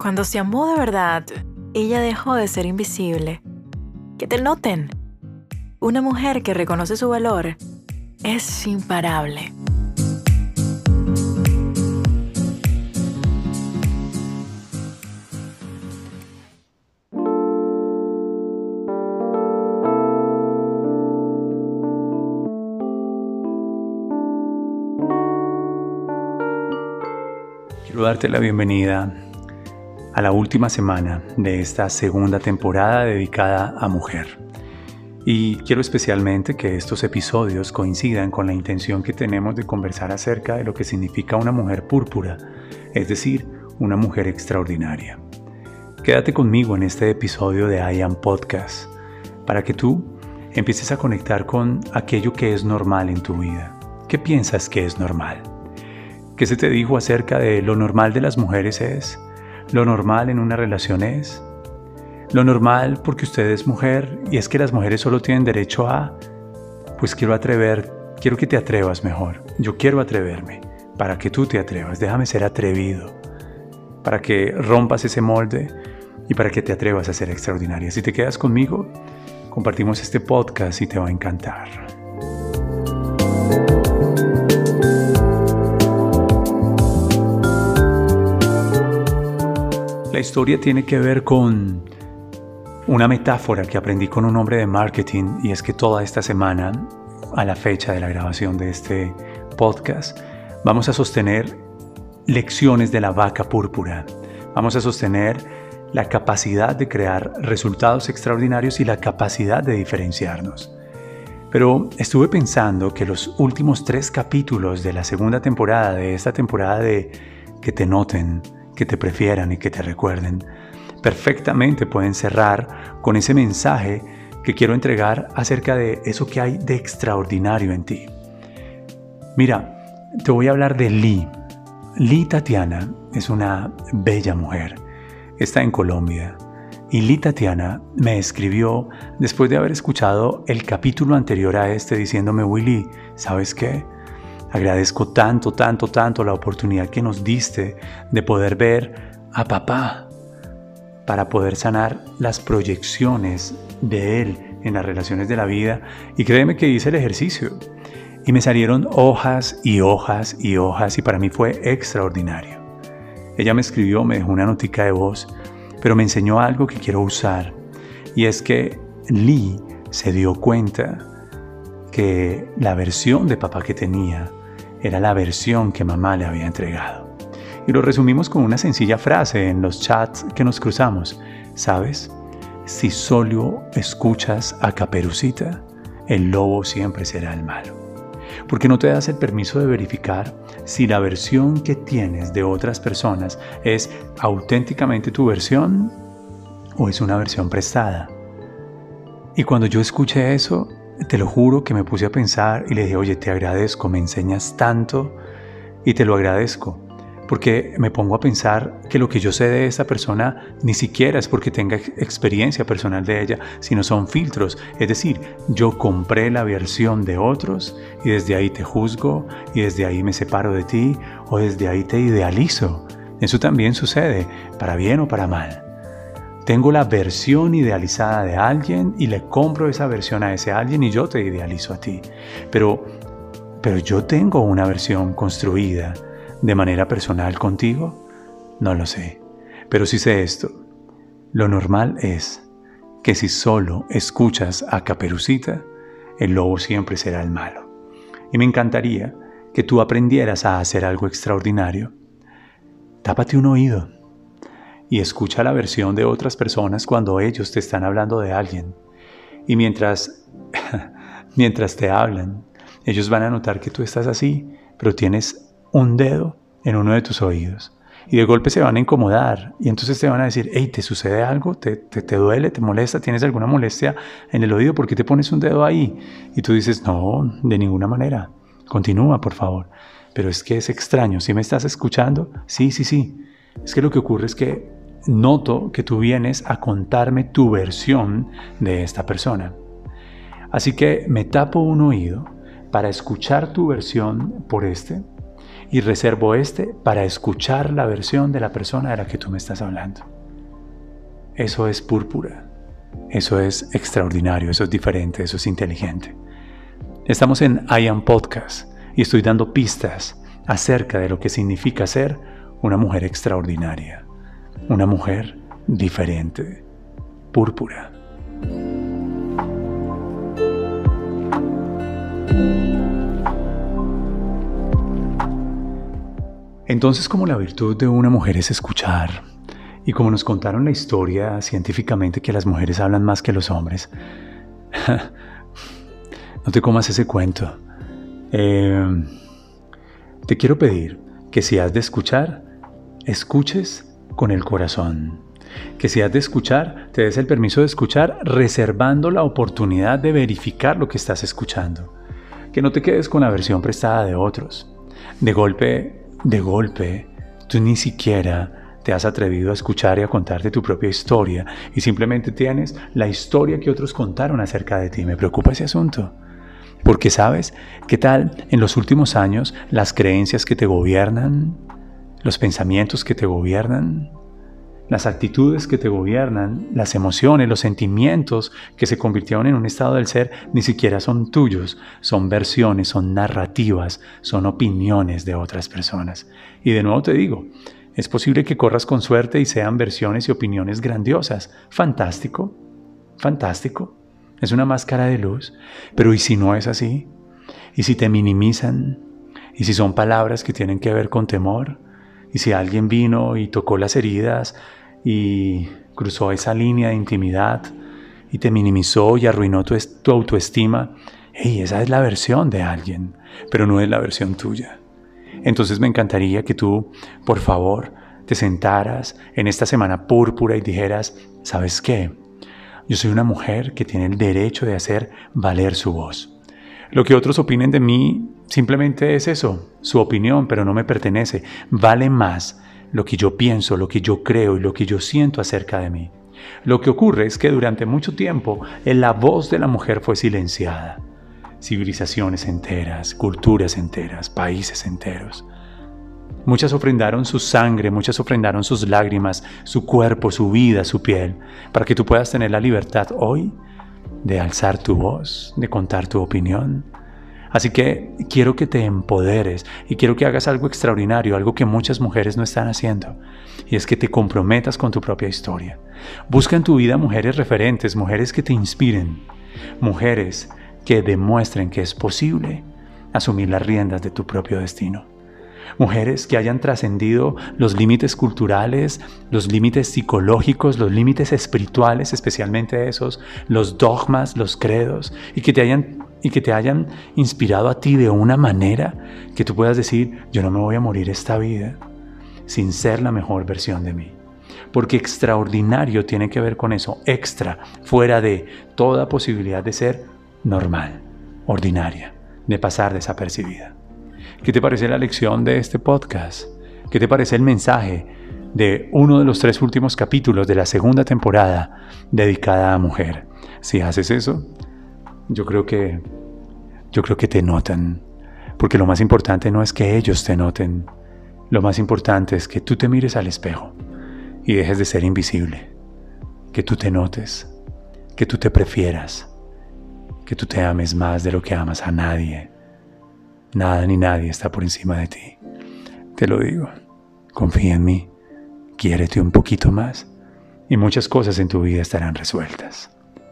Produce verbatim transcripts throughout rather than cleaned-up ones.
Cuando se amó de verdad, ella dejó de ser invisible. Que te noten. Una mujer que reconoce su valor es imparable. Quiero darte la bienvenida a la última semana de esta segunda temporada dedicada a mujer. Y quiero especialmente que estos episodios coincidan con la intención que tenemos de conversar acerca de lo que significa una mujer púrpura, es decir, una mujer extraordinaria. Quédate conmigo en este episodio de I Am Podcast para que tú empieces a conectar con aquello que es normal en tu vida. ¿Qué piensas que es normal? ¿Qué se te dijo acerca de lo normal de las mujeres es? ¿Lo normal en una relación es? ¿Lo normal porque usted es mujer y es que las mujeres solo tienen derecho a? Pues quiero atrever, quiero que te atrevas mejor. Yo quiero atreverme para que tú te atrevas. Déjame ser atrevido para que rompas ese molde y para que te atrevas a ser extraordinaria. Si te quedas conmigo, compartimos este podcast y te va a encantar. La historia tiene que ver con una metáfora que aprendí con un hombre de marketing, y es que toda esta semana, a la fecha de la grabación de este podcast, vamos a sostener lecciones de la vaca púrpura. Vamos a sostener la capacidad de crear resultados extraordinarios y la capacidad de diferenciarnos. Pero estuve pensando que los últimos tres capítulos de la segunda temporada, de esta temporada de Que te noten, que te prefieran y que te recuerden, perfectamente pueden cerrar con ese mensaje que quiero entregar acerca de eso que hay de extraordinario en ti. Mira, te voy a hablar de Lee. Lee Tatiana es una bella mujer. Está en Colombia. Y Lee Tatiana me escribió después de haber escuchado el capítulo anterior a este diciéndome: Willy, ¿sabes qué? Agradezco tanto, tanto, tanto la oportunidad que nos diste de poder ver a papá para poder sanar las proyecciones de él en las relaciones de la vida. Y créeme que hice el ejercicio y me salieron hojas y hojas y hojas y para mí fue extraordinario. Ella me escribió, me dejó una notica de voz, pero me enseñó algo que quiero usar, y es que Lee se dio cuenta que la versión de papá que tenía era la versión que mamá le había entregado. Y lo resumimos con una sencilla frase en los chats que nos cruzamos. ¿Sabes? Si solo escuchas a Caperucita, el lobo siempre será el malo. Porque no te das el permiso de verificar si la versión que tienes de otras personas es auténticamente tu versión o es una versión prestada. Y cuando yo escuché eso, te lo juro que me puse a pensar y le dije: oye, te agradezco, me enseñas tanto y te lo agradezco, porque me pongo a pensar que lo que yo sé de esta persona ni siquiera es porque tenga experiencia personal de ella, sino son filtros. Es decir, yo compré la versión de otros y desde ahí te juzgo y desde ahí me separo de ti o desde ahí te idealizo. Eso también sucede, para bien o para mal. Tengo la versión idealizada de alguien y le compro esa versión a ese alguien y yo te idealizo a ti. Pero, pero yo tengo una versión construida de manera personal contigo. No lo sé, pero sí sé esto. Lo normal es que si solo escuchas a Caperucita, el lobo siempre será el malo. Y me encantaría que tú aprendieras a hacer algo extraordinario. Tápate un oído y escucha la versión de otras personas cuando ellos te están hablando de alguien. Y mientras, mientras te hablan, ellos van a notar que tú estás así, pero tienes un dedo en uno de tus oídos. Y de golpe se van a incomodar. Y entonces te van a decir: hey, ¿te sucede algo? ¿Te, te, te duele? ¿Te molesta? ¿Tienes alguna molestia en el oído? ¿Por qué te pones un dedo ahí? Y tú dices: no, de ninguna manera. Continúa, por favor. Pero es que es extraño. ¿Sí me estás escuchando? Sí, sí, sí. Es que lo que ocurre es que noto que tú vienes a contarme tu versión de esta persona. Así que me tapo un oído para escuchar tu versión por este y reservo este para escuchar la versión de la persona de la que tú me estás hablando. Eso es púrpura. Eso es extraordinario, eso es diferente, eso es inteligente. Estamos en I Am Podcast y estoy dando pistas acerca de lo que significa ser una mujer extraordinaria, una mujer diferente, púrpura. Entonces, como la virtud de una mujer es escuchar, y como nos contaron la historia científicamente que las mujeres hablan más que los hombres, no te comas ese cuento. Eh, te quiero pedir que si has de escuchar, escuches con el corazón. Que si has de escuchar, te des el permiso de escuchar reservando la oportunidad de verificar lo que estás escuchando. Que no te quedes con la versión prestada de otros. De golpe, de golpe, tú ni siquiera te has atrevido a escuchar y a contarte tu propia historia y simplemente tienes la historia que otros contaron acerca de ti. Me preocupa ese asunto. Porque ¿sabes qué tal en los últimos años las creencias que te gobiernan, los pensamientos que te gobiernan, las actitudes que te gobiernan, las emociones, los sentimientos que se convirtieron en un estado del ser ni siquiera son tuyos, son versiones, son narrativas, son opiniones de otras personas? Y de nuevo te digo, es posible que corras con suerte y sean versiones y opiniones grandiosas. Fantástico, fantástico. Es una máscara de luz, pero ¿y si no es así? ¿Y si te minimizan? ¿Y si son palabras que tienen que ver con temor? ¿Y si alguien vino y tocó las heridas y cruzó esa línea de intimidad y te minimizó y arruinó tu, tu autoestima? Hey, esa es la versión de alguien, pero no es la versión tuya. Entonces me encantaría que tú, por favor, te sentaras en esta semana púrpura y dijeras, ¿sabes qué? Yo soy una mujer que tiene el derecho de hacer valer su voz. Lo que otros opinen de mí simplemente es eso, su opinión, pero no me pertenece. Vale más lo que yo pienso, lo que yo creo y lo que yo siento acerca de mí. Lo que ocurre es que durante mucho tiempo la voz de la mujer fue silenciada. Civilizaciones enteras, culturas enteras, países enteros. Muchas ofrendaron su sangre, muchas ofrendaron sus lágrimas, su cuerpo, su vida, su piel, para que tú puedas tener la libertad hoy de alzar tu voz, de contar tu opinión. Así que quiero que te empoderes y quiero que hagas algo extraordinario, algo que muchas mujeres no están haciendo, y es que te comprometas con tu propia historia. Busca en tu vida mujeres referentes, mujeres que te inspiren, mujeres que demuestren que es posible asumir las riendas de tu propio destino. Mujeres que hayan trascendido los límites culturales, los límites psicológicos, los límites espirituales, especialmente esos, los dogmas, los credos, y que te hayan, y que te hayan inspirado a ti de una manera que tú puedas decir, yo no me voy a morir esta vida sin ser la mejor versión de mí. Porque extraordinario tiene que ver con eso, extra, fuera de toda posibilidad de ser normal, ordinaria, de pasar desapercibida. ¿Qué te parece la lección de este podcast? ¿Qué te parece el mensaje de uno de los tres últimos capítulos de la segunda temporada dedicada a mujer? Si haces eso, yo creo que, yo creo que te notan. Porque lo más importante no es que ellos te noten. Lo más importante es que tú te mires al espejo y dejes de ser invisible. Que tú te notes, que tú te prefieras, que tú te ames más de lo que amas a nadie. Nada ni nadie está por encima de ti. Te lo digo. Confía en mí. Quiérete un poquito más. Y muchas cosas en tu vida estarán resueltas.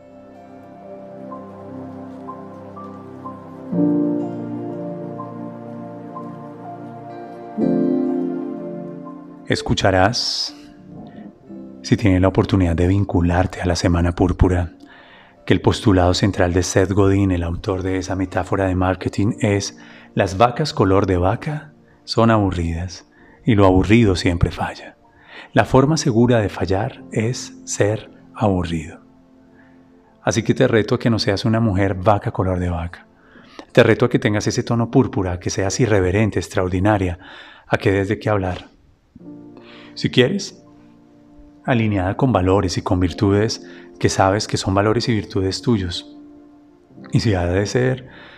Escucharás, si tienes la oportunidad de vincularte a la Semana Púrpura, que el postulado central de Seth Godin, el autor de esa metáfora de marketing, es: las vacas color de vaca son aburridas y lo aburrido siempre falla. La forma segura de fallar es ser aburrido. Así que te reto a que no seas una mujer vaca color de vaca. Te reto a que tengas ese tono púrpura, a que seas irreverente, extraordinaria, a que des de qué hablar. Si quieres, alineada con valores y con virtudes que sabes que son valores y virtudes tuyos. Y si ha de ser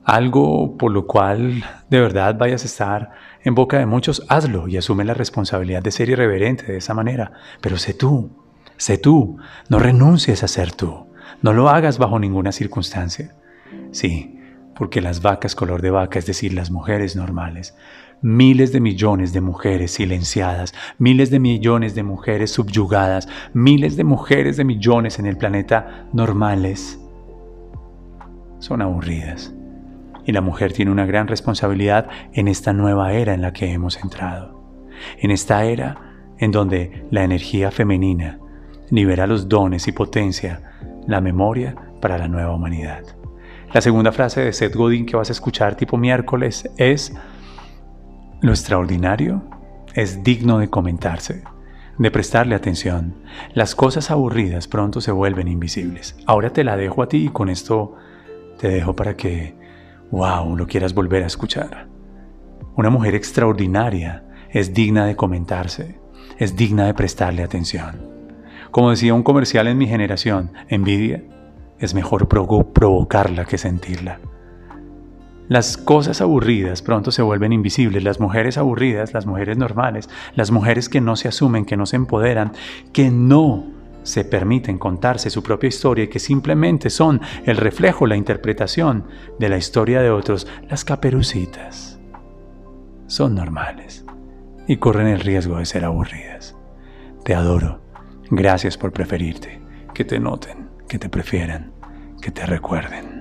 algo por lo cual de verdad vayas a estar en boca de muchos, hazlo y asume la responsabilidad de ser irreverente de esa manera. Pero sé tú, sé tú, no renuncies a ser tú, no lo hagas bajo ninguna circunstancia. Sí, porque las vacas color de vaca, es decir, las mujeres normales, miles de millones de mujeres silenciadas, miles de millones de mujeres subyugadas, miles de mujeres de millones en el planeta normales, son aburridas. Y la mujer tiene una gran responsabilidad en esta nueva era en la que hemos entrado. En esta era en donde la energía femenina libera los dones y potencia la memoria para la nueva humanidad. La segunda frase de Seth Godin que vas a escuchar tipo miércoles es: lo extraordinario es digno de comentarse, de prestarle atención. Las cosas aburridas pronto se vuelven invisibles. Ahora te la dejo a ti y con esto te dejo para que, wow, lo quieras volver a escuchar. Una mujer extraordinaria es digna de comentarse, es digna de prestarle atención. Como decía un comercial en mi generación, envidia es mejor provo- provocarla que sentirla. Las cosas aburridas pronto se vuelven invisibles. Las mujeres aburridas, las mujeres normales, las mujeres que no se asumen, que no se empoderan, que no se permiten contarse su propia historia y que simplemente son el reflejo, la interpretación de la historia de otros, las caperucitas, son normales y corren el riesgo de ser aburridas. Te adoro. Gracias por preferirte. Que te noten, que te prefieran, que te recuerden.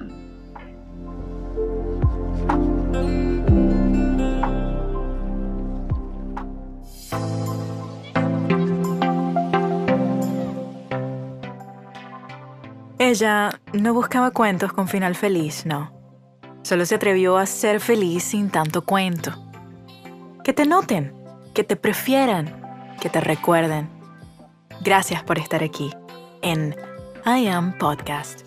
Ella no buscaba cuentos con final feliz, no. Solo se atrevió a ser feliz sin tanto cuento. Que te noten, que te prefieran, que te recuerden. Gracias por estar aquí en I Am Podcast.